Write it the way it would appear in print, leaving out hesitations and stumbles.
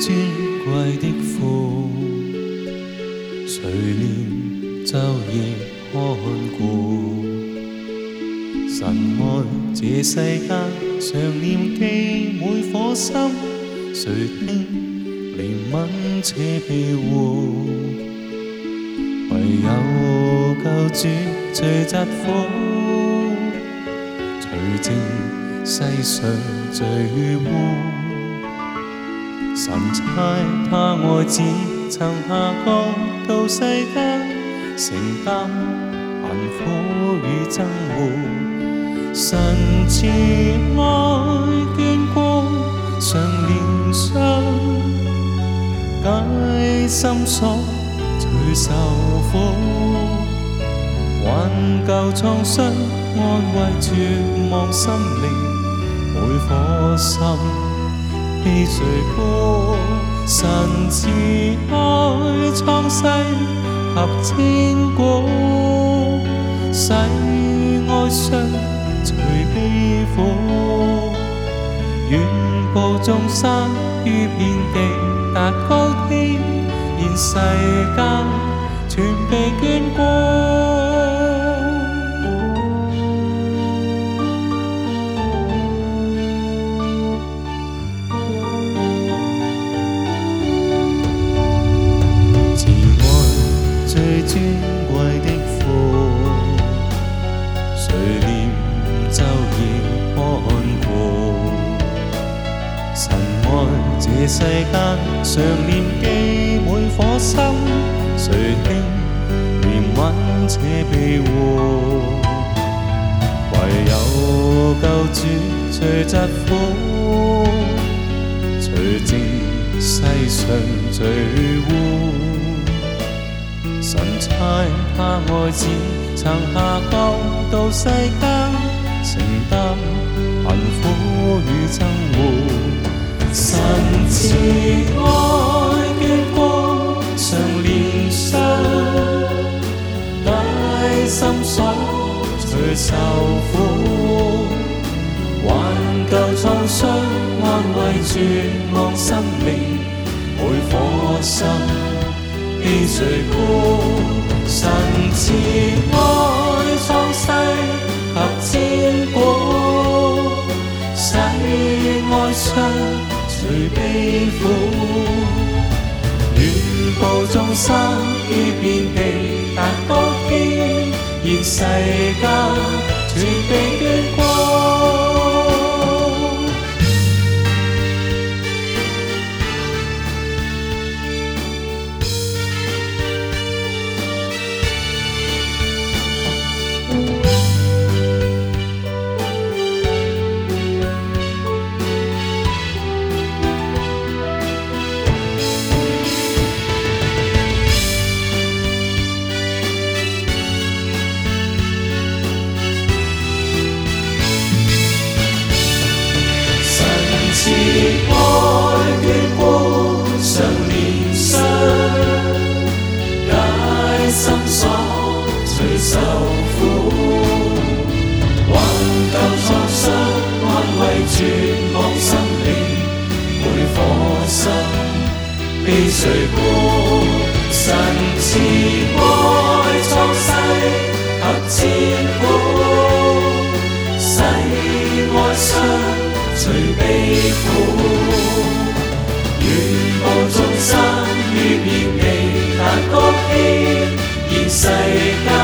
尊貴的父，誰念晝夜看顧？神愛這世間，常念記每顆心，誰聽憐憫且庇護？唯有救主最疾苦，除淨世上罪污。神差他愛子曾下降到世間，承擔貧苦與憎惡。神慈愛眷顧，常憐恤，解心鎖，除愁苦，挽救創傷，安慰絕望心靈，每顆心被誰顧？神慈愛創世及千古，使哀傷除悲苦，遠步眾山於遍地達高天，現世間全被眷顧。最尊貴的父，誰念晝夜看顧？神愛這世間，常念記每顆心，誰聽憐憫且庇護？唯有救主最疾苦，除淨世上罪污。神差他愛子曾下降到世間，承擔貧苦與憎惡。神慈愛眷顧，常憐恤，解心鎖，除愁苦，挽救創傷，安慰絕望心靈，每顆心被誰顧？神慈愛創世及千古，使哀傷除悲苦，遠步眾山於遍地達高天，現世間全被眷顧。慈愛眷顧，常憐恤，解心鎖，除愁苦，挽救創傷，安慰絕望心靈，每顆心被誰顧？神慈愛創世及千古，使哀傷除悲苦，遠步眾山於遍地達高天，現世間